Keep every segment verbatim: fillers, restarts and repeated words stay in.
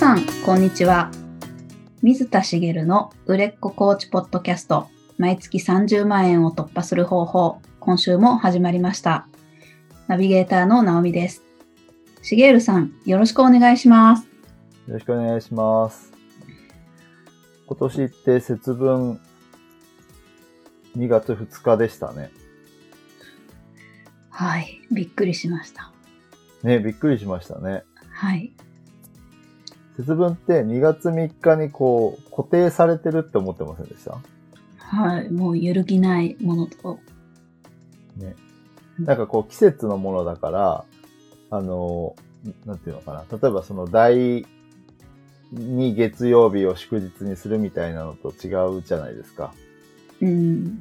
さん、こんにちは。水田茂の売れっ子コーチポッドキャスト、毎月さんじゅうまんえんを突破する方法、今週も始まりました。ナビゲーターの直美です。茂さん、よろしくお願いします。 よろしくお願いします。今年って節分にがつふつかでしたね。 はい、びっくりしました。 ね、びっくりしましたね。 はい。 節分ってにがつみっかにこう固定されてるって思ってませんでした？ はい、もう揺るぎないものと。 ね。なんかこう季節のものだから、あの、なんていうのかな。例えばその第に月曜日を祝日にするみたいなのと違うじゃないですか。 うん。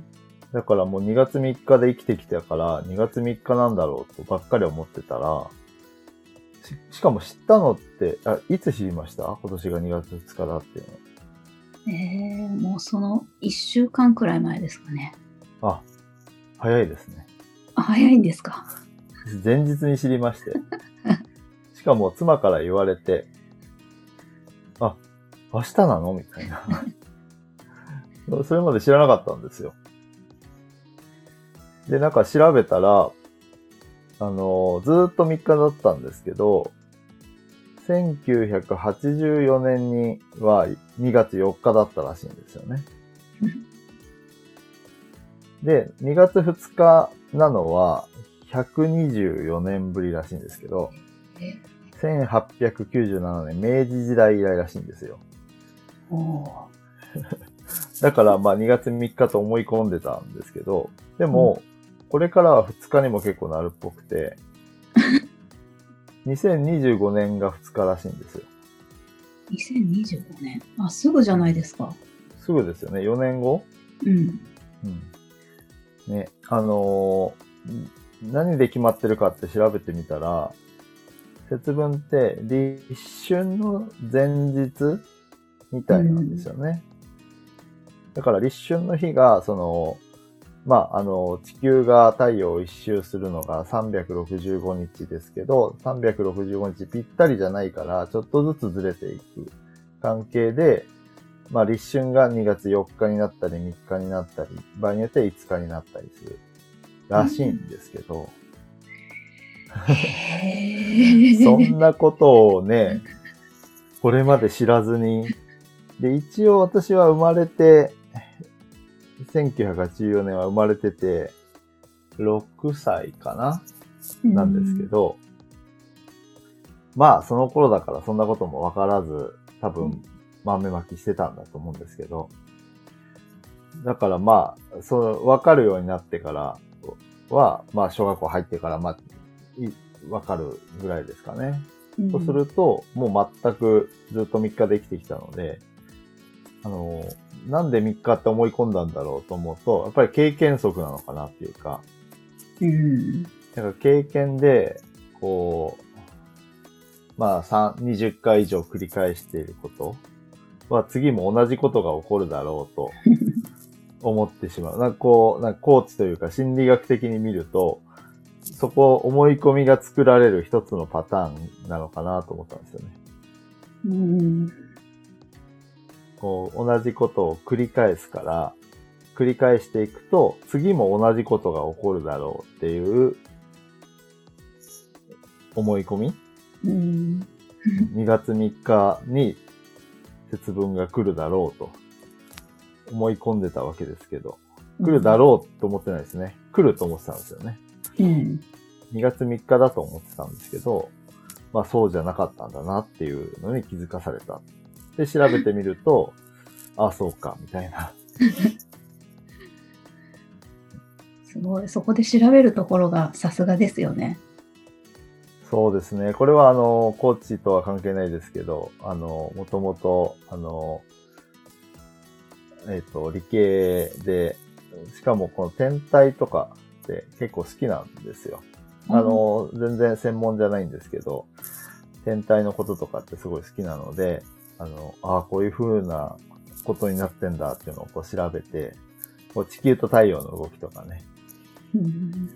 だからもうにがつみっかで生きてきたからにがつみっかなんだろうとばっかり思ってたら、し, しかも知ったのってあ、いつ知りました？今年がにがつふつかだっていうの。えー、もうそのいっしゅうかんくらい前ですかね。 あ、早いですね。 あ、早いんですか。 前日に知りまして。しかも妻から言われて、あ、明日なのみたいな。それまで知らなかったんですよ。で、なんか調べたら、あの、ずーっとみっかだったんですけど、せんきゅうひゃくはちじゅうよねんにはにがつよっかだったらしいんですよね。で、にがつふつかなのはひゃくにじゅうよねんぶりらしいんですけど、せんはっぴゃくきゅうじゅうななねん、明治時代以来らしいんですよ。 おーだからまあにがつみっかと思い込んでたんですけど、でも、これからはふつかにも結構なるっぽくて、にせんにじゅうごねんがふつからしいんですよ。 にせんにじゅうごねん。あ、すぐじゃないですか。 すぐですよね。よねんご？ うん。 うん。ね、あのー、何で決まってるかって調べてみたら、節分って立春の前日みたいなんですよね。うん、だから立春の日が、その、まあ、あの、地球が太陽を一周するのがさんびゃくろくじゅうごにちですけど、さんびゃくろくじゅうごにちぴったりじゃないから、ちょっとずつずれていく関係で、まあ、立春がにがつよっかになったりみっかになったり、場合によっていつかになったりするらしいんですけど、そんなことをね、これまで知らずに、で、一応私は生まれて、せんきゅうひゃくはちじゅうよねんは生まれてて、ろくさいかななんですけど、まあ、その頃だからそんなこともわからず、多分、豆まきしてたんだと思うんですけど、だからまあ、その、わかるようになってからは、まあ、小学校入ってから、まあ、わかるぐらいですかね。うん、とすると、もう全くずっとみっかで生きてきたので、あの、なんでみっかって思い込んだんだろうと思うと、やっぱり経験則なのかなっていうか、 うん。 だから経験で、こう、まあ、にじゅっかい以上繰り返していることは、次も同じことが起こるだろうと思ってしまう。なんかこう、なんかコーチというか心理学的に見ると、そこ思い込みが作られる一つのパターンなのかなと思ったんですよね。 うん。 こう、同じことを繰り返すから、繰り返していくと、次も同じことが起こるだろうっていう思い込み、うん、にがつみっかに節分が来るだろうと思い込んでたわけですけど、来るだろうと思ってないですね。来ると思ってたんですよね。 うん、 にがつみっかだと思ってたんですけど、まあそうじゃなかったんだなっていうのに気づかされた。で、調べてみると、あ、そうか、みたいな。 すごい。そこで調べるところがさすがですよね。 そうですね。これはあの、コーチとは関係ないですけど、あの、もともと、あの、えっと、理系で、しかもこの天体とかって結構好きなんですよ。あの、全然専門じゃないんですけど、天体のこととかってすごい好きなので、あの、ああ、こういう風なことになってんだっていうのをこう調べて、こう地球と太陽の動きとかね。 うん、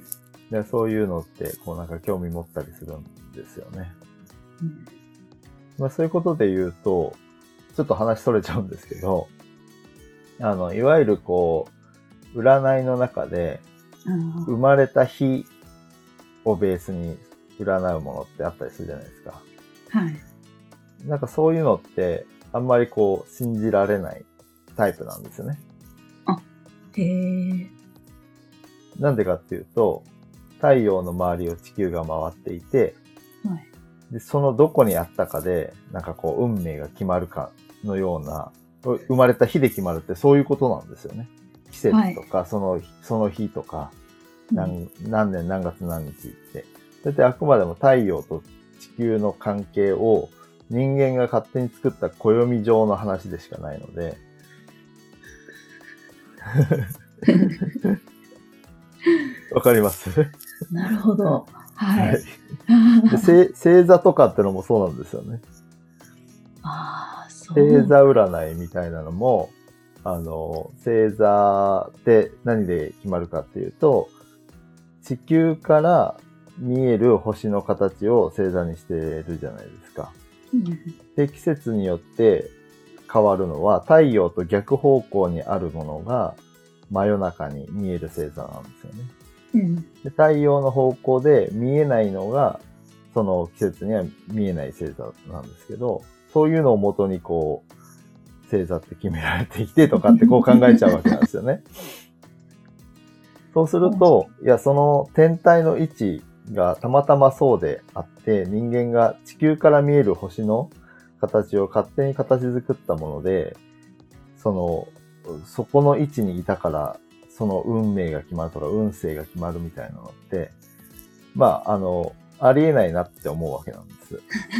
でそういうのって、こうなんか興味持ったりするんですよね。 うん、 まあ、そういうことで言うと、ちょっと話それちゃうんですけど、あの、いわゆるこう、占いの中で、生まれた日をベースに占うものってあったりするじゃないですか。 はい。 なんかそういうのって、あんまりこう、信じられないタイプなんですよね。 あ、へえ。 なんでかっていうと、太陽の周りを地球が回っていて、 はい。でそのどこにあったかで、なんかこう、運命が決まるかのような、生まれた日で決まるってそういうことなんですよね。季節とか、はい、その、その日とか、何、何年何月何日って。それってあくまでも太陽と地球の関係を人間が勝手に作った暦上の話でしかないので。わかりますなるほど。はい。はい、 で星座とかってのもそうなんですよね。 ああ、そう。 星座占いみたいなのも、あの、星座って何で決まるかっていうと、地球から見える星の形を星座にしてるじゃないですか。 うん、 で、季節によって変わるのは、太陽と逆方向にあるものが真夜中に見える星座なんですよね。 うん、 で、太陽の方向で見えないのが、その季節には見えない星座なんですけど、そういうのをもとにこう、星座って決められていてとかってこう考えちゃうわけなんですよね。そうすると、いや、その天体の位置がたまたまそうであって、人間が地球から見える星の形を勝手に形作ったもので、その、そこの位置にいたから、その運命が決まるとか、運勢が決まるみたいなのって、まあ、あの、ありえないなって思うわけなんです。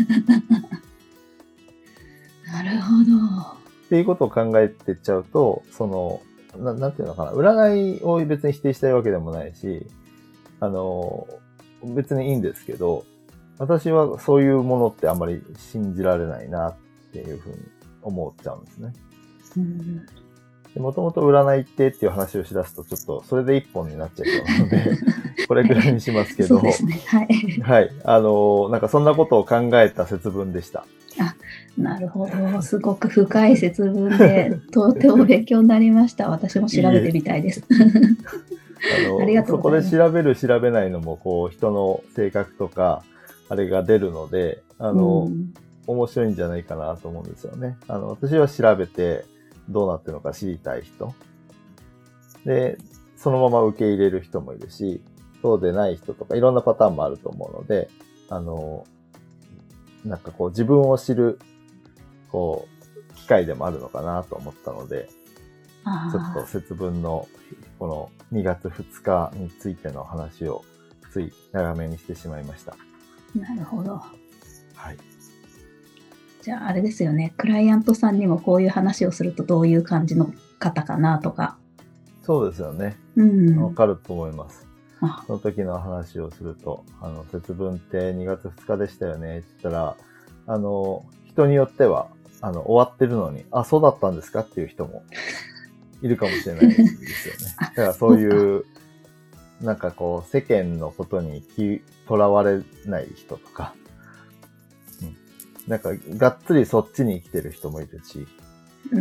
なるほど。 っていうことを考えてっちゃうと、その、な, なんていうのかな、占いを別に否定したいわけでもないし、あの、別にいいんですけど、私はそういうものってあんまり信じられないなっていうふうに思っちゃうんですね。もともと占いってっていう話をしだすとちょっとそれで一本になっちゃいそうなので、これぐらいにしますけど、 そうですね。はい。 はい。あの、なんかそんなことを考えた節分でした。 あ、なるほど。すごく深い節分で、とても勉強になりました。私も調べてみたいです。 あのありがとうございます。 そこで調べる調べないのも、こう、人の性格とか、あれが出るので、あの、うん、面白いんじゃないかなと思うんですよね。あの、私は調べてどうなってるのか知りたい人。で、そのまま受け入れる人もいるし、そうでない人とか、いろんなパターンもあると思うので、あの、なんかこう自分を知る、こう、機会でもあるのかなと思ったので、ちょっと節分のこのにがつふつかについての話をつい長めにしてしまいました。 なるほど。 はい。 じゃああれですよね、クライアントさんにもこういう話をするとどういう感じの方かなとか。 そうですよね。 うん。 わかると思います。その時の話をすると、あの、節分ってにがつふつかでしたよねって言ったら、あの、人によっては、あの、終わってるのに、あ、そうだったんですかっていう人もいるかもしれないですよね。だからそういう、なんかこう、世間のことにとらわれない人とか、うん、なんか、がっつりそっちに生きてる人もいるし、 うん、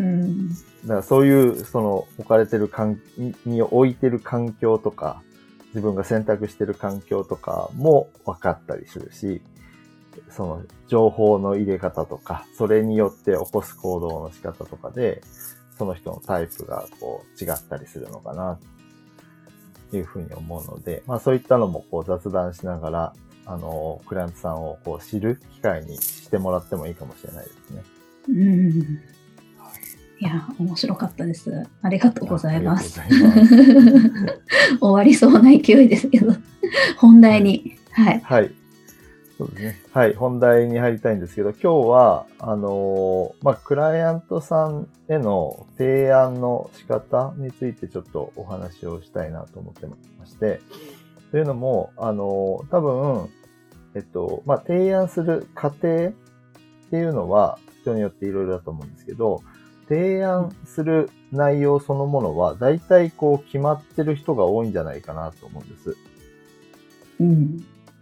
だからそういう、その、置かれてる環に置いてる環境とか、自分が選択してる環境とかも分かったりするし、その情報の入れ方とか、それによって起こす行動の仕方とかで、その人のタイプがこう違ったりするのかな、というふうに思うので、まあそういったのもこう雑談しながら、あの、クライアントさんをこう知る機会にしてもらってもいいかもしれないですね。 うん。いや、面白かったです。ありがとうございます。 ありがとうございます。 終わりそうな勢いですけど、本題に。はい。 はい。そうですね。はい。本題に入りたいんですけど、今日は、あのー、まあ、クライアントさんへの提案の仕方についてちょっとお話をしたいなと思ってまして、というのも、あのー、多分、えっと、まあ、提案する過程っていうのは人によっていろいろだと思うんですけど、提案する内容そのものは大体こう決まってる人が多いんじゃないかなと思うんです。 うん。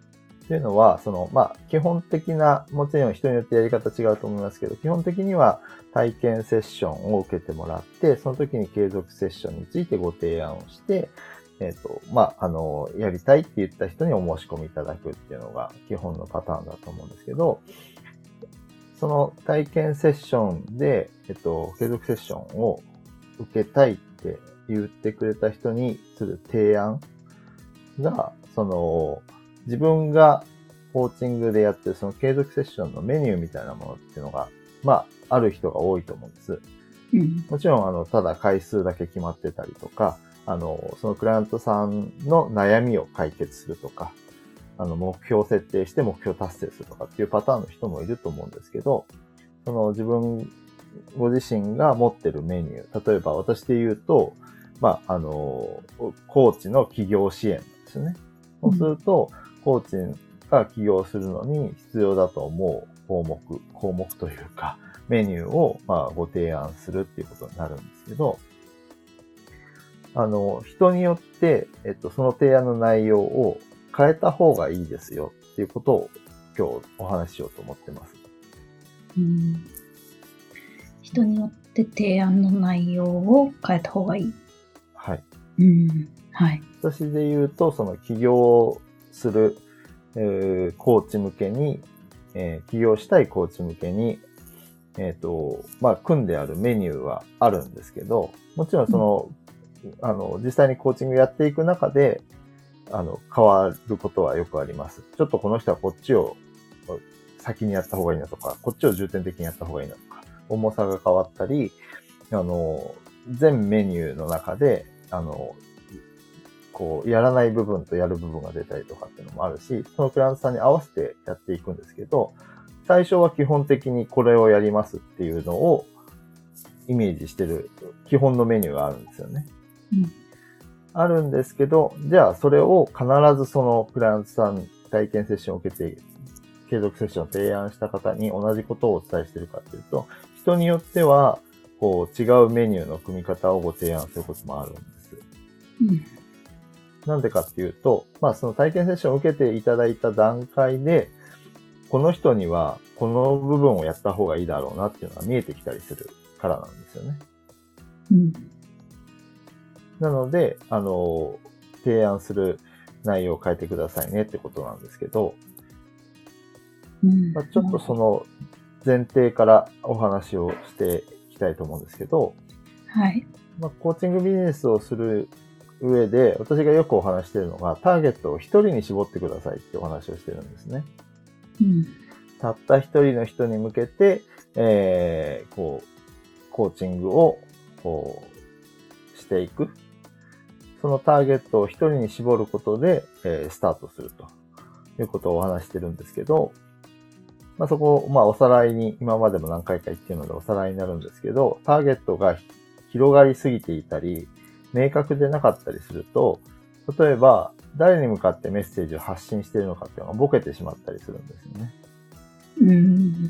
というのは、その、まあ、基本的な、もちろん人によってやり方違うと思いますけど、基本的には体験セッションを受けてもらって、その時に継続セッションについてご提案をして、えっと、まあ、あの、やりたいって言った人にお申し込みいただくっていうのが基本のパターンだと思うんですけど、その体験セッションで、えっと、継続セッションを受けたいって言ってくれた人にする提案が、その、自分がコーチングでやってるその継続セッションのメニューみたいなものっていうのが、まあ、ある人が多いと思うんです。 うん、 もちろん、あの、ただ回数だけ決まってたりとか、あの、そのクライアントさんの悩みを解決するとか、あの、目標設定して目標達成するとかっていうパターンの人もいると思うんですけど、その自分、ご自身が持ってるメニュー、例えば私で言うと、まあ、あの、コーチの起業支援ですね。そうすると、コーチが起業するのに必要だと思う項目、項目というか、メニューを、まあ、ご提案するっていうことになるんですけど、あの、人によって、えっと、その提案の内容を変えた方がいいですよっていうことを今日お話ししようと思ってます。 うん、人によって提案の内容を変えた方がいい。 はい。 うん、はい。 私で言うと、その起業する、えー、コーチ向けに、えー、起業したいコーチ向けに、えっと、まあ、組んであるメニューはあるんですけど、もちろんその、うん、あの、実際にコーチングやっていく中で、あの、変わることはよくあります。ちょっとこの人はこっちを先にやった方がいいなとか、こっちを重点的にやった方がいいなとか、重さが変わったり、あの、全メニューの中で、あの、こう、やらない部分とやる部分が出たりとかっていうのもあるし、そのクライアントさんに合わせてやっていくんですけど、最初は基本的にこれをやりますっていうのをイメージしてる基本のメニューがあるんですよね。 うん、 あるんですけど、じゃあそれを必ずそのクライアントさん体験セッションを受けて、継続セッションを提案した方に同じことをお伝えしているかというと、人によってはこう違うメニューの組み方をご提案することもあるんです。 うん、 なんでかっていうと、まあその体験セッションを受けていただいた段階で、この人にはこの部分をやった方がいいだろうなっていうのが見えてきたりするからなんですよね。 うん、 なので、あの、提案する内容を変えてくださいねってことなんですけど、 うんまあ、ちょっとその前提からお話をしていきたいと思うんですけど、 はい。 まあ、コーチングビジネスをする上で、私がよくお話しているのが、ターゲットを一人に絞ってくださいってお話をしてるんですね。 うん、 たった一人の人に向けて、えー、こう、コーチングを、こう、していく。そのターゲットを一人に絞ることで、えー、スタートするということをお話してるんですけど、まあ、そこを、まあ、おさらいに、今までも何回か言ってるのでおさらいになるんですけど、ターゲットが広がりすぎていたり、明確でなかったりすると、例えば、誰に向かってメッセージを発信しているのかっていうのがボケてしまったりするんですよね。 うん、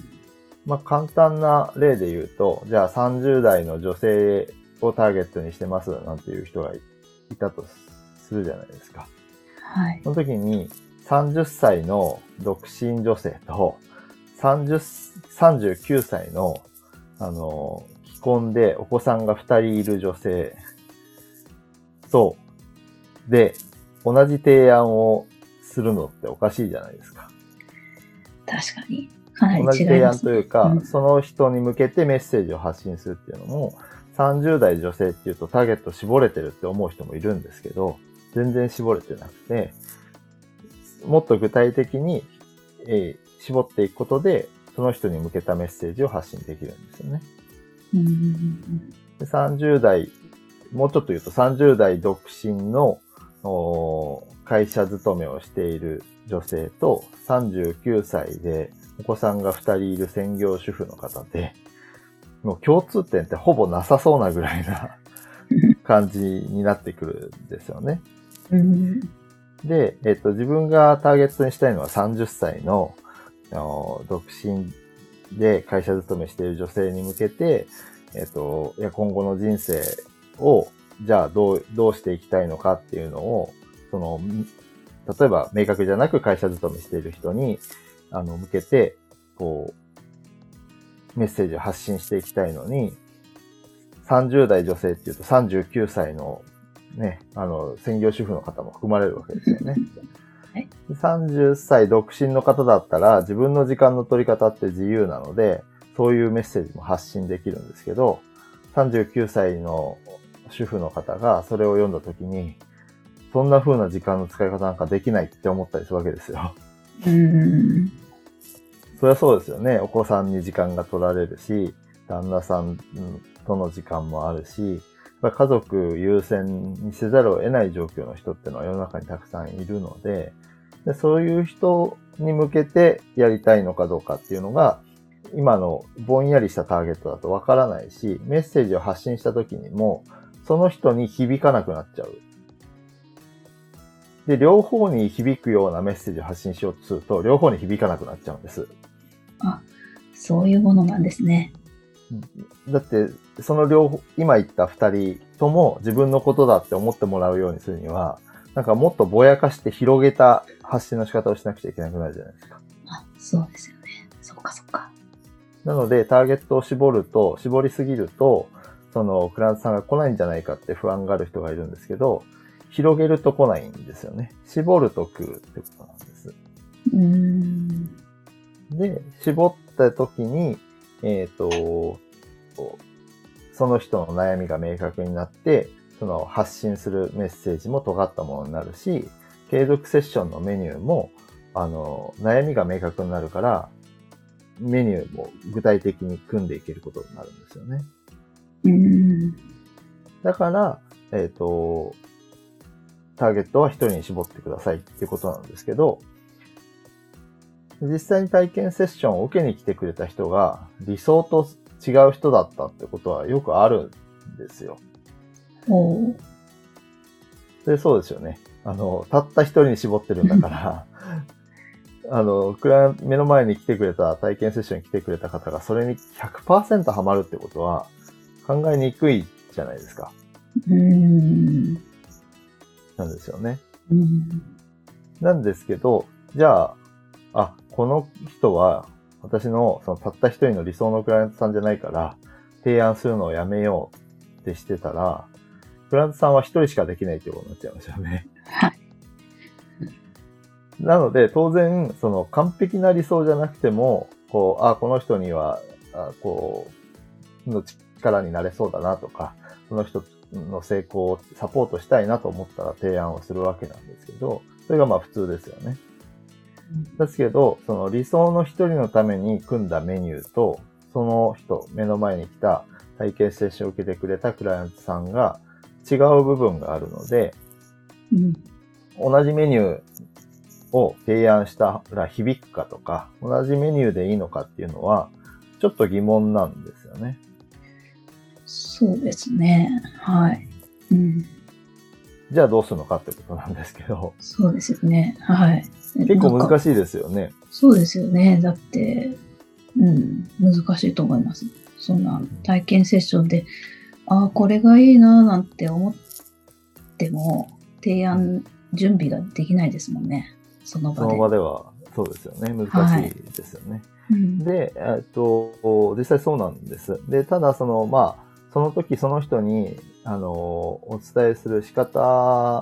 まあ、簡単な例で言うと、じゃあさんじゅう代の女性をターゲットにしてますなんていう人がいたとするじゃないですか。 はい。 その時にさんじゅっさいの独身女性とさんじゅう、さんじゅうきゅうさいの、あの、既婚でお子さんがふたりいる女性と、で、同じ提案をするのっておかしいじゃないですか。 確かに。かなり違います。 同じ提案というか、 うん、 その人に向けてメッセージを発信するっていうのも、さんじゅう代女性っていうとターゲット絞れてるって思う人もいるんですけど、全然絞れてなくて、もっと具体的に、えー、絞っていくことで、その人に向けたメッセージを発信できるんですよね。 うん、 でさんじゅう代、もうちょっと言うとさんじゅう代独身の会社勤めをしている女性とさんじゅうきゅうさいでお子さんがふたりいる専業主婦の方で、もう共通点ってほぼなさそうなぐらいな感じになってくるんですよね。 うん、 で、えっと、自分がターゲットにしたいのはさんじゅっさいの独身で会社勤めしている女性に向けて、えっと、いや今後の人生を、じゃあどう、どうしていきたいのかっていうのを、その、 例えば明確じゃなく会社勤めしている人に、あの、向けて、こう、メッセージを発信していきたいのに、さんじゅう代女性っていうとさんじゅうきゅうさいのね、あの、専業主婦の方も含まれるわけですよね。 はい、 さんじゅっさい独身の方だったら自分の時間の取り方って自由なので、そういうメッセージも発信できるんですけど、さんじゅうきゅうさいの主婦の方がそれを読んだときに、そんな風な時間の使い方なんかできないって思ったりするわけですよ。 うーん。 そりゃそうですよね。お子さんに時間が取られるし、旦那さんとの時間もあるし、家族優先にせざるを得ない状況の人っていうのは世の中にたくさんいるので、でそういう人に向けてやりたいのかどうかっていうのが、今のぼんやりしたターゲットだとわからないし、メッセージを発信した時にも、その人に響かなくなっちゃう。で、両方に響くようなメッセージを発信しようとすると、両方に響かなくなっちゃうんです。 あ、そういうものなんですね。 だって、その両方、今言った二人とも自分のことだって思ってもらうようにするには、なんかもっとぼやかして広げた発信の仕方をしなくちゃいけなくなるじゃないですか。 あ、そうですよね。そっかそっか。 なので、ターゲットを絞ると、絞りすぎると、その、クライアントさんが来ないんじゃないかって不安がある人がいるんですけど、広げると来ないんですよね。絞ると来るってことなんです。 うーん。 で、絞った時に、えっと、その人の悩みが明確になって、その発信するメッセージも尖ったものになるし、継続セッションのメニューも、あの、悩みが明確になるから、メニューも具体的に組んでいけることになるんですよね。 うーん。 だから、えっと、ターゲットは一人に絞ってくださいっていうことなんですけど、実際に体験セッションを受けに来てくれた人が理想と違う人だったってことはよくあるんですよ。 おー。 で、そうですよね。あの、たった一人に絞ってるんだから、あの、クライアント、目の前に来てくれた、体験セッションに来てくれた方がそれに ひゃくパーセント ハマるってことは考えにくいじゃないですか。 うーん。 なんですよね。 うん。 なんですけど、じゃあ、あ、この人は私のそのたった一人の理想のクライアントさんじゃないから提案するのをやめようってしてたら、クライアントさんは一人しかできないってことになっちゃいますよね。 はい。 なので当然その完璧な理想じゃなくても、こう、あ、この人には、あこう、の力になれそうだなとか、この人の成功をサポートしたいなと思ったら提案をするわけなんですけど、それがまあ普通ですよね。ですけど、その理想の一人のために組んだメニューと、その人、目の前に来た体験セッションを受けてくれたクライアントさんが違う部分があるので、 うん、 同じメニューを提案したら響くかとか、同じメニューでいいのかっていうのは、ちょっと疑問なんですよね。 そうですね。はい。うん、 じゃあどうするのかってことなんですけど。 そうですよね。はい。 結構難しいですよね。 そうですよね。だって、うん、難しいと思います。そんな体験セッションで、ああ、これがいいななんて思っても、提案準備ができないですもんね。その場で。 その場では、そうですよね。難しいですよね。はいうん、で、えっと、実際そうなんです。で、ただその、まあ、その時その人に、あの、お伝えする仕方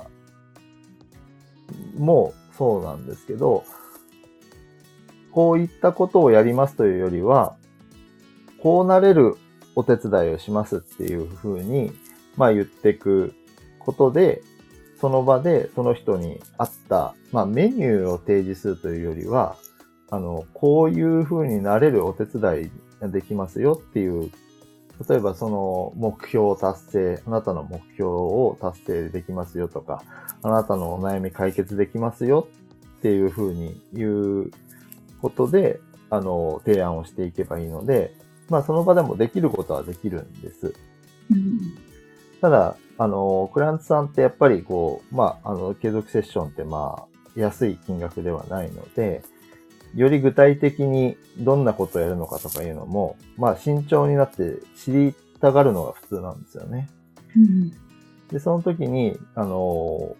もそうなんですけど、こういったことをやりますというよりは、こうなれるお手伝いをしますっていうふうに、まあ言っていくことで、その場でその人に合った、まあメニューを提示するというよりは、あの、こういうふうになれるお手伝いができますよっていう、例えばその目標達成、あなたの目標を達成できますよとか、あなたのお悩み解決できますよっていうふうに言うことで、あの、提案をしていけばいいので、まあその場でもできることはできるんです。 うん、 ただ、あの、クライアントさんってやっぱりこう、まあ、あの、継続セッションってまあ、安い金額ではないので、より具体的にどんなことをやるのかとかいうのも、まあ慎重になって知りたがるのが普通なんですよね。 うん、 で、その時に、あの、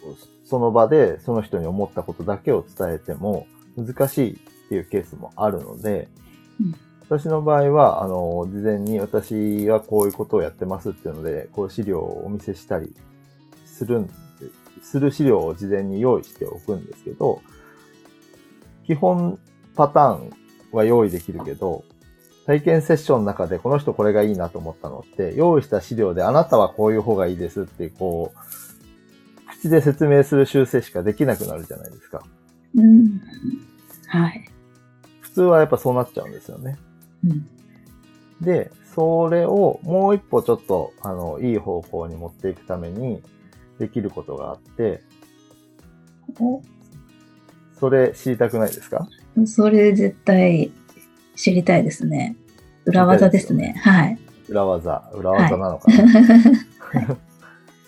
その場でその人に思ったことだけを伝えても難しいっていうケースもあるので、 うん、 私の場合は、あの、事前に私はこういうことをやってますっていうので、こういう資料をお見せしたりするんで、する資料を事前に用意しておくんですけど、基本パターンは用意できるけど、体験セッションの中でこの人これがいいなと思ったのって、用意した資料であなたはこういう方がいいですって、こう、口で説明する修正しかできなくなるじゃないですか。 うん。はい。 普通はやっぱそうなっちゃうんですよね。 うん、 で、それをもう一歩ちょっと、あの、いい方向に持っていくためにできることがあって、 お、 それ知りたくないですか？ それ絶対知りたいですね。裏技ですね。 知りたいですよね。 はい。 裏技、裏技なのかな。 はい、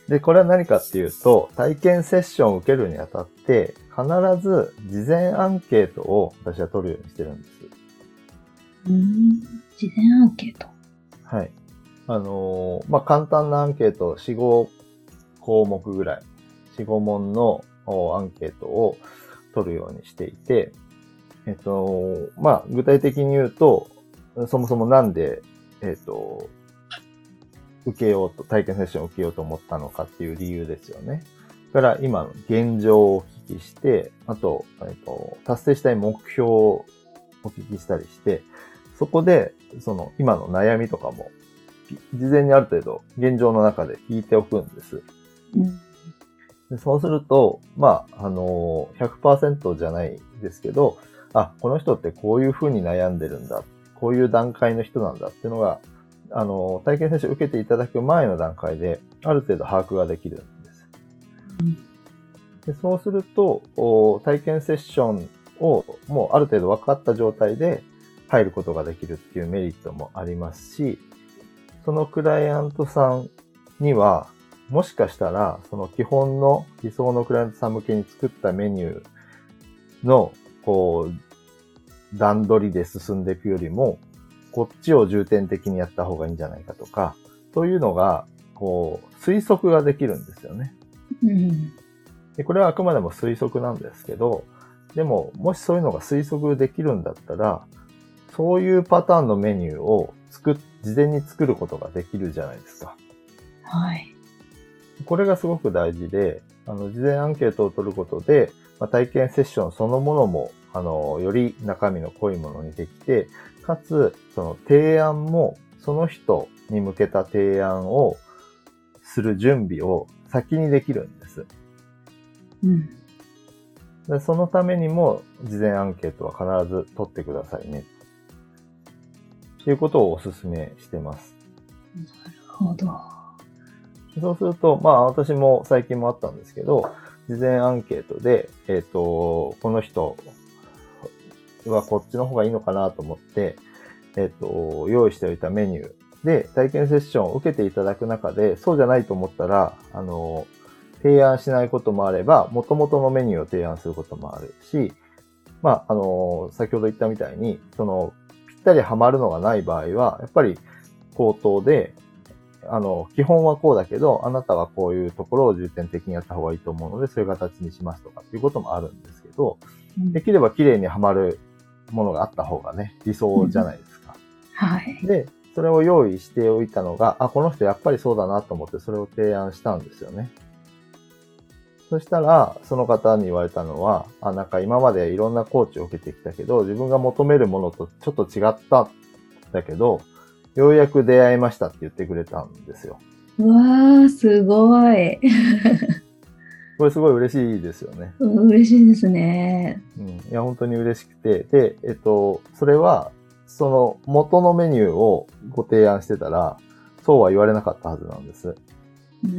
で、これは何かっていうと、体験セッションを受けるにあたって、必ず事前アンケートを私は取るようにしてるんです。 うーん、事前アンケート。 はい。あのー、まあ、簡単なアンケートよん、ご項目ぐらい、よん、ご問のアンケートを取るようにしていて、えっと、まあ、具体的に言うと、そもそもなんで、えっと、受けようと、体験セッションを受けようと思ったのかっていう理由ですよね。それから今の現状をお聞きして、あと、えっと、達成したい目標をお聞きしたりして、そこで、その今の悩みとかも、事前にある程度現状の中で聞いておくんです。 うん、 でそうすると、まあ、あの、ひゃくパーセント じゃないですけど、あ、この人ってこういうふうに悩んでるんだ。こういう段階の人なんだっていうのが、あの、体験セッションを受けていただく前の段階で、ある程度把握ができるんです。 うん、 でそうすると、体験セッションをもうある程度分かった状態で入ることができるっていうメリットもありますし、そのクライアントさんには、もしかしたら、その基本の理想のクライアントさん向けに作ったメニューの、こう、段取りで進んでいくよりも、こっちを重点的にやった方がいいんじゃないかとか、そういうのが、こう、推測ができるんですよね。 うん、 で、これはあくまでも推測なんですけど、でも、もしそういうのが推測できるんだったら、そういうパターンのメニューを作っ、事前に作ることができるじゃないですか。 はい。 これがすごく大事で、あの、事前アンケートを取ることで、まあ、体験セッションそのものも、あの、より中身の濃いものにできて、かつ、その提案も、その人に向けた提案をする準備を先にできるんです。 うん、 でそのためにも、事前アンケートは必ず取ってくださいね。ということをお勧めしてます。 なるほど。 そうすると、まあ私も最近もあったんですけど、事前アンケートで、えっと、この人はこっちの方がいいのかなと思って、えっと、用意しておいたメニューで体験セッションを受けていただく中で、そうじゃないと思ったら、あの、提案しないこともあれば、元々のメニューを提案することもあるし、まあ、あの、先ほど言ったみたいに、その、ぴったりはまるのがない場合は、やっぱり口頭で、あの、基本はこうだけど、あなたはこういうところを重点的にやった方がいいと思うので、そういう形にしますとかっていうこともあるんですけど、うん、できれば綺麗にはまるものがあった方がね、理想じゃないですか。 うん、はい。 で、それを用意しておいたのが、あ、この人やっぱりそうだなと思ってそれを提案したんですよね。そしたら、その方に言われたのは、あ、なんか今までいろんなコーチを受けてきたけど、自分が求めるものとちょっと違ったんだけど、ようやく出会いましたって言ってくれたんですよ。 うわー、すごい。 これすごい嬉しいですよね。 嬉しいですね。 うん。いや、本当に嬉しくて。で、えっと、それは、その元のメニューをご提案してたら、そうは言われなかったはずなんです。 うん、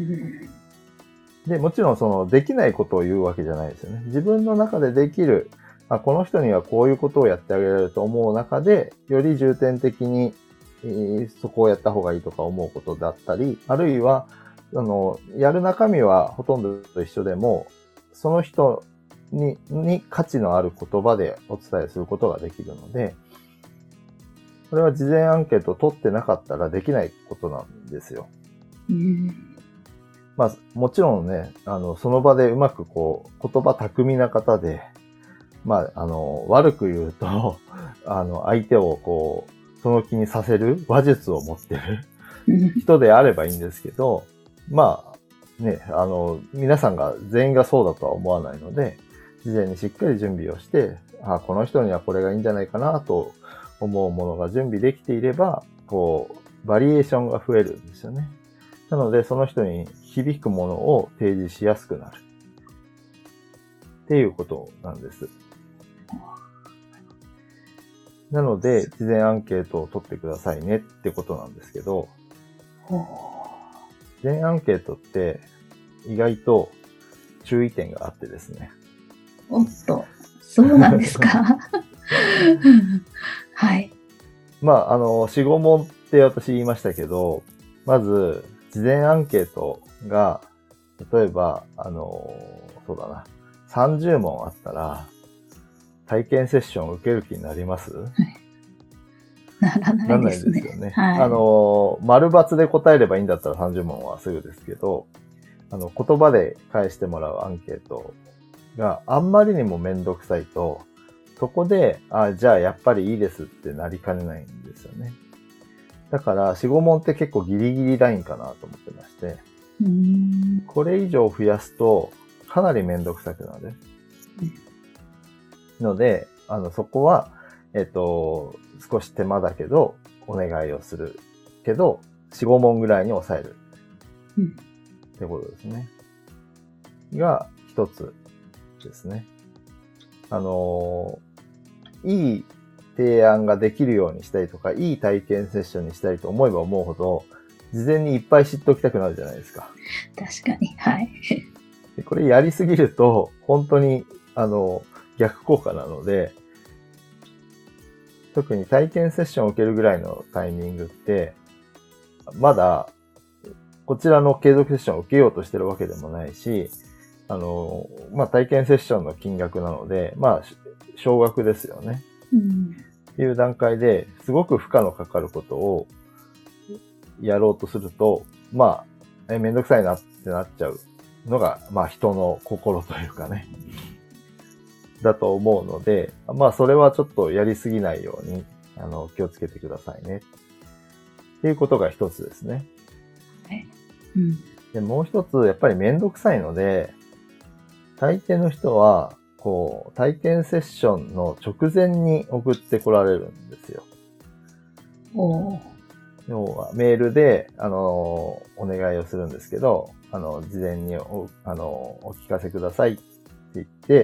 で、もちろんその、できないことを言うわけじゃないですよね。自分の中でできる、あ、この人にはこういうことをやってあげられると思う中で、より重点的に、えー、そこをやった方がいいとか思うことだったり、あるいは、あの、やる中身はほとんどと一緒でも、その人に、に価値のある言葉でお伝えすることができるので、これは事前アンケートを取ってなかったらできないことなんですよ。 うん、 まあ、もちろんね、あの、その場でうまくこう、言葉巧みな方で、まあ、あの、悪く言うと、あの、相手をこう、その気にさせる話術を持ってる人であればいいんですけど、まあ、ね、あの、皆さんが全員がそうだとは思わないので、事前にしっかり準備をして、あ、この人にはこれがいいんじゃないかなと思うものが準備できていれば、こう、バリエーションが増えるんですよね。なので、その人に響くものを提示しやすくなる。っていうことなんです。なので、事前アンケートを取ってくださいねってことなんですけど、事前アンケートって意外と注意点があってですね。 おっと、そうなんですか。はい。 まあ、あの、よん、ご問って私言いましたけど、まず、事前アンケートが、例えば、あの、そうだな、さんじゅう問あったら、体験セッションを受ける気になります？はい、 ならないですね。 なんないですよね。 はい、 あの、丸×で答えればいいんだったらさんじゅう問はすぐですけど、あの、言葉で返してもらうアンケートがあんまりにもめんどくさいと、そこで、あ、じゃあやっぱりいいですってなりかねないんですよね。だから、よん、ご問って結構ギリギリラインかなと思ってまして、 うーんこれ以上増やすとかなりめんどくさくなる。ので、あの、そこは、えっと、少し手間だけど、お願いをするけど、よん、ご問ぐらいに抑える。 うん。 ってことですね。が、一つですね。あの、いい提案ができるようにしたいとか、いい体験セッションにしたいと思えば思うほど、事前にいっぱい知っておきたくなるじゃないですか。 確かに、はい。 でこれやりすぎると、本当に、あの、逆効果なので、特に体験セッションを受けるぐらいのタイミングって、まだ、こちらの継続セッションを受けようとしてるわけでもないし、あの、まあ、体験セッションの金額なので、まあ、少額ですよね。 うん、 っていう段階ですごく負荷のかかることをやろうとすると、まあ、えめんどくさいなってなっちゃうのが、まあ、人の心というかね、だと思うので、まあ、それはちょっとやりすぎないように、あの、気をつけてくださいね。っていうことが一つですね。 はいうん、 で、もう一つ、やっぱりめんどくさいので、大抵の人は、こう、体験セッションの直前に送ってこられるんですよ。 おー。 要は、メールで、あの、お願いをするんですけど、あの、事前にお、あの、お聞かせくださいって言って、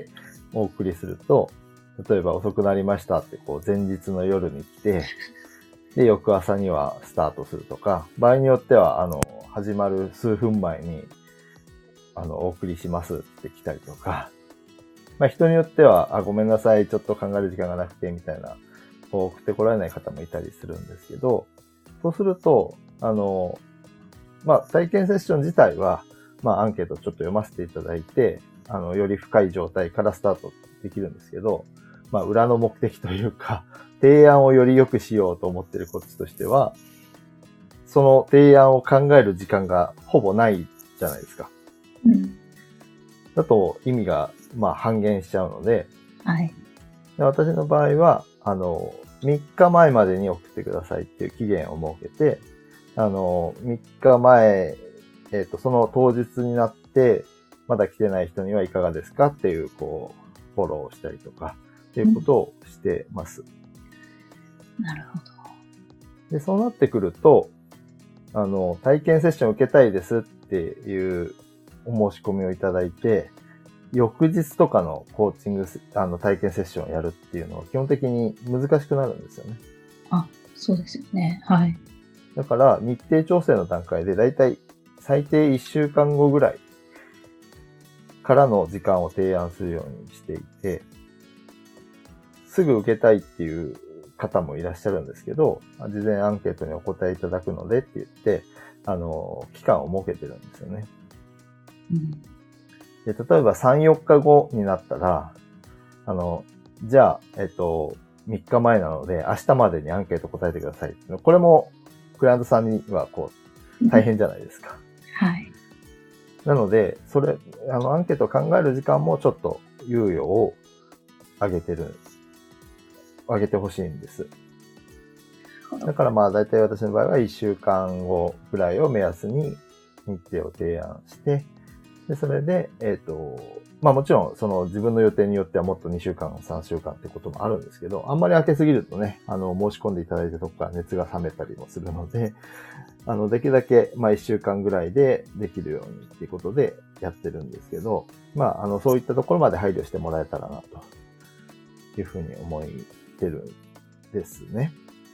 お送りすると、例えば遅くなりましたって、こう、前日の夜に来て、で、翌朝にはスタートするとか、場合によっては、あの、始まる数分前に、あの、お送りしますって来たりとか、まあ人によっては、あ、ごめんなさい、ちょっと考える時間がなくて、みたいな、こう送ってこられない方もいたりするんですけど、そうすると、あの、まあ体験セッション自体は、まあアンケートちょっと読ませていただいて、あの、より深い状態からスタートできるんですけど、まあ裏の目的というか、提案をより良くしようと思っているこっちとしては、その提案を考える時間がほぼないじゃないですか。 うん、 だと意味が、まあ、半減しちゃうので、 はい、 で私の場合は、あの、みっかまえまでに送ってくださいっていう期限を設けて、あの、みっかまえ、えっと、その当日になって、まだ来てない人にはいかがですかっていう、こう、フォローをしたりとか、っていうことをしてます。 うん、なるほど。 で、そうなってくると、あの、体験セッションを受けたいですっていうお申し込みをいただいて、翌日とかのコーチング、あの、体験セッションをやるっていうのは基本的に難しくなるんですよね。 あ、そうですよね。はい。 だから、日程調整の段階でだいたい最低いっしゅうかんごぐらいからの時間を提案するようにしていて、すぐ受けたいっていう方もいらっしゃるんですけど、事前アンケートにお答えいただくのでって言って、あの、期間を設けてるんですよね。 うんで、例えばさん、よっかごになったら、あの、じゃあ、えっと、みっかまえなので、明日までにアンケート答えてください。これも、クライアントさんには、こう、大変じゃないですか。 はい。 なので、それ、あの、アンケートを考える時間もちょっと猶予を上げてる、上げてほしいんです。だからまあ、だいたい私の場合はいっしゅうかんごぐらいを目安に日程を提案して、で、それで、えっと、まあもちろん、その自分の予定によってはもっとにしゅうかん、さんしゅうかんってこともあるんですけど、あんまり空けすぎるとね、あの、申し込んでいただいたとこから熱が冷めたりもするので、あの、できるだけ、まあいっしゅうかんぐらいでできるようにっていうことでやってるんですけど、まあ、あの、そういったところまで配慮してもらえたらな、というふうに思ってるんですね。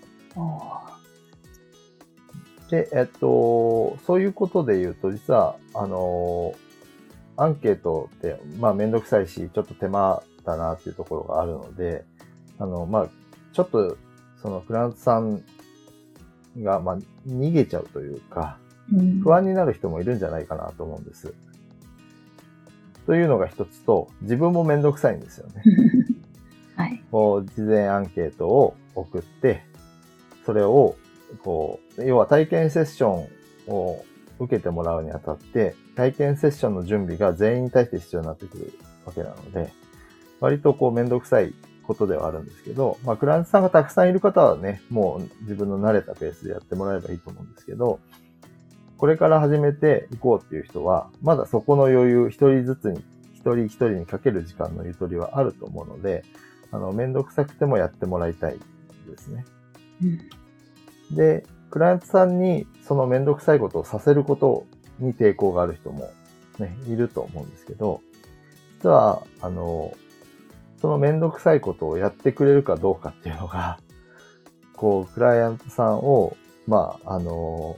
で、えっと、そういうことで言うと、実は、あの、アンケートって、まあめんどくさいし、ちょっと手間だなっていうところがあるので、あの、まあ、ちょっと、そのクライアントさんが、まあ、逃げちゃうというか、不安になる人もいるんじゃないかなと思うんです。というのが一つと、自分もめんどくさいんですよね。 はい。 こう、事前アンケートを送って、それを、こう、要は体験セッションを受けてもらうにあたって、体験セッションの準備が全員に対して必要になってくるわけなので、割とこうめんどくさいことではあるんですけど、まあクライアントさんがたくさんいる方はね、もう自分の慣れたペースでやってもらえばいいと思うんですけど、これから始めていこうっていう人は、まだそこの余裕、一人ずつに、一人一人にかける時間のゆとりはあると思うので、あの、めんどくさくてもやってもらいたいですね。うん、で、クライアントさんにそのめんどくさいことをさせることに抵抗がある人もね、いると思うんですけど、実は、あの、そのめんどくさいことをやってくれるかどうかっていうのが、こう、クライアントさんを、まあ、あの、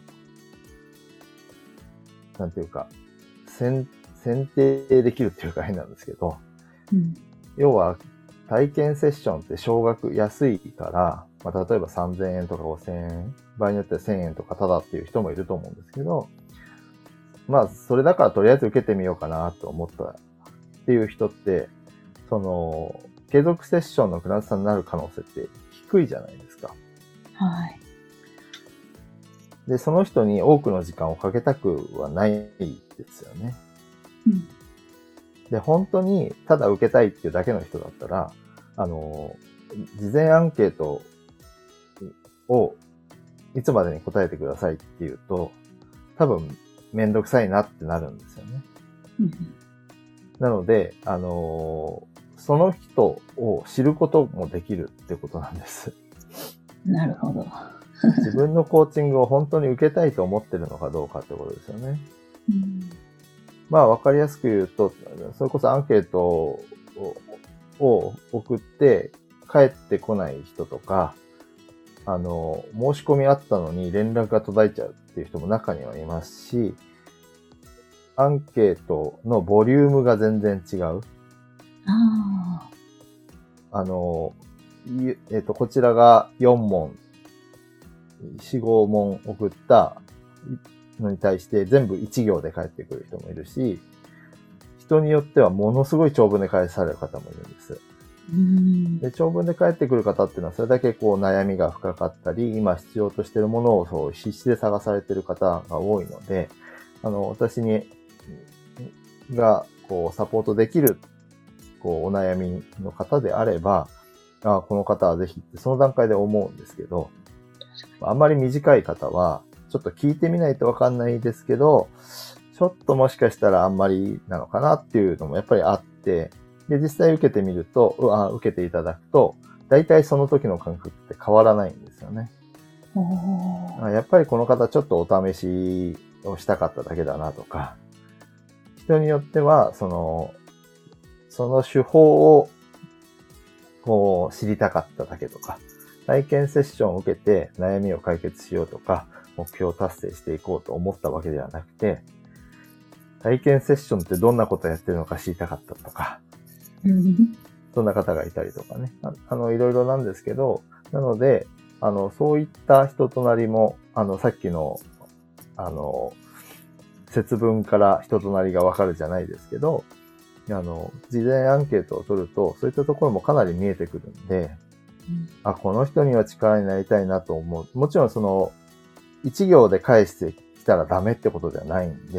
なんていうか、選、選定できるっていうか変なんですけど、うん、要は、体験セッションって少額安いから、まあ、例えばさんぜんえんとかごせんえん、場合によってはせんえんとかただっていう人もいると思うんですけど、まあ、それだからとりあえず受けてみようかなと思ったっていう人って、その、継続セッションのクライアントさんになる可能性って低いじゃないですか。 はい。 で、その人に多くの時間をかけたくはないですよね。うん、で、本当にただ受けたいっていうだけの人だったら、あの、事前アンケートをいつまでに答えてくださいって言うと、多分めんどくさいなってなるんですよね。うん、なので、あの、その人を知ることもできるってことなんです。 なるほど。 自分のコーチングを本当に受けたいと思ってるのかどうかってことですよね。うん、まあ、わかりやすく言うと、それこそアンケートをを送って帰ってこない人とか、あの、申し込みあったのに連絡が途絶えちゃうっていう人も中にはいますし、アンケートのボリュームが全然違う。 ああ。あの、えっと、こちらがよん問、よん、ご問送ったのに対して全部いち行で返ってくる人もいるし、人によってはものすごい長文で返される方もいるんです。 うんで、長文で返ってくる方っていうのはそれだけこう悩みが深かったり、今必要としているものをそう必死で探されている方が多いので、あの、私に、がこうサポートできるこうお悩みの方であれば、あこの方はぜひってその段階で思うんですけど、あんまり短い方はちょっと聞いてみないとわかんないですけど、ちょっともしかしたらあんまりなのかなっていうのもやっぱりあって、で、実際受けてみると、うわ受けていただくと、大体その時の感覚って変わらないんですよね。やっぱりこの方ちょっとお試しをしたかっただけだなとか、人によっては、その、その手法をこう知りたかっただけとか、体験セッションを受けて悩みを解決しようとか、目標達成していこうと思ったわけではなくて、体験セッションってどんなことをやってるのか知りたかったとか、そんな方がいたりとかね。あ, あの、いろいろなんですけど、なので、あの、そういった人となりも、あの、さっきの、あの、節分から人となりがわかるじゃないですけど、あの、事前アンケートを取ると、そういったところもかなり見えてくるんで、うん、あ、この人には力になりたいなと思う。もちろんその、一行で返してきたらダメってことではないんで、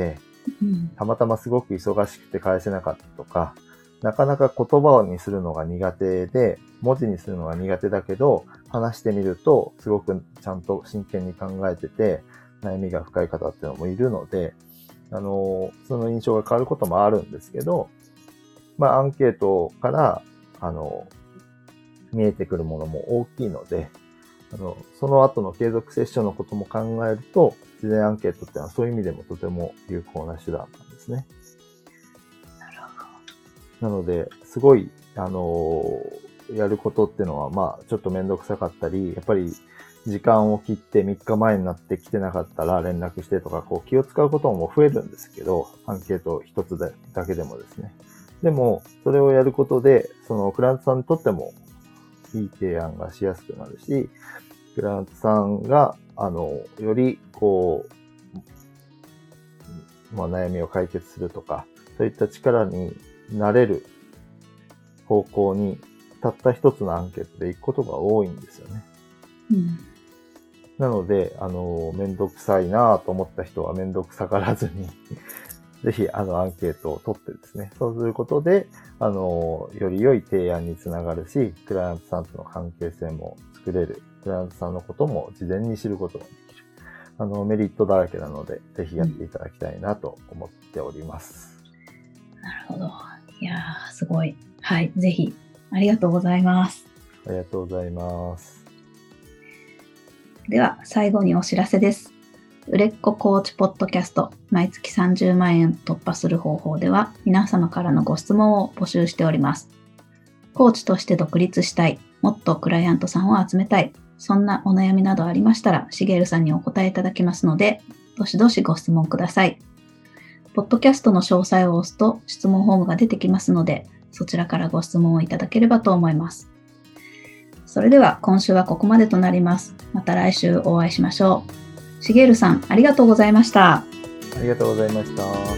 うん、 たまたますごく忙しくて返せなかったとか、なかなか言葉にするのが苦手で、文字にするのが苦手だけど、話してみると、すごくちゃんと真剣に考えてて、悩みが深い方っていうのもいるので、あの、その印象が変わることもあるんですけど、まあ、アンケートから、あの、見えてくるものも大きいので、あの、その後の継続セッションのことも考えると、事前アンケートっていうのはそういう意味でもとても有効な手段なんですね。 なるほど。 なので、すごい、あの、やることっていうのは、まあ、ちょっとめんどくさかったり、やっぱり時間を切ってみっかまえになって来てなかったら連絡してとか、こう気を使うことも増えるんですけど、アンケート一つだけでもですね。でも、それをやることで、そのクライアントさんにとってもいい提案がしやすくなるし、クライアントさんが、あの、より、こう、まあ、悩みを解決するとか、そういった力になれる方向に、たった一つのアンケートで行くことが多いんですよね。 うん、 なので、あの、めんどくさいなと思った人はめんどくさがらずに、ぜひ、あの、アンケートを取ってですね、そうすることで、あの、より良い提案につながるし、クライアントさんとの関係性も作れる。クライアントさんのことも事前に知ることができる。あの、メリットだらけなので、ぜひやっていただきたいなと思っております。 うん、なるほど。いやー、すごい。はい、ぜひ、ありがとうございます。 ありがとうございます。 では、最後にお知らせです。売れっ子コーチポッドキャスト、毎月さんじゅうまんえん突破する方法では、皆様からのご質問を募集しております。コーチとして独立したい、もっとクライアントさんを集めたい、そんなお悩みなどありましたら、しげるさんにお答えいただけますので、どしどしご質問ください。ポッドキャストの詳細を押すと質問フォームが出てきますので、そちらからご質問をいただければと思います。それでは今週はここまでとなります。また来週お会いしましょう。しげるさん、ありがとうございました。 ありがとうございました。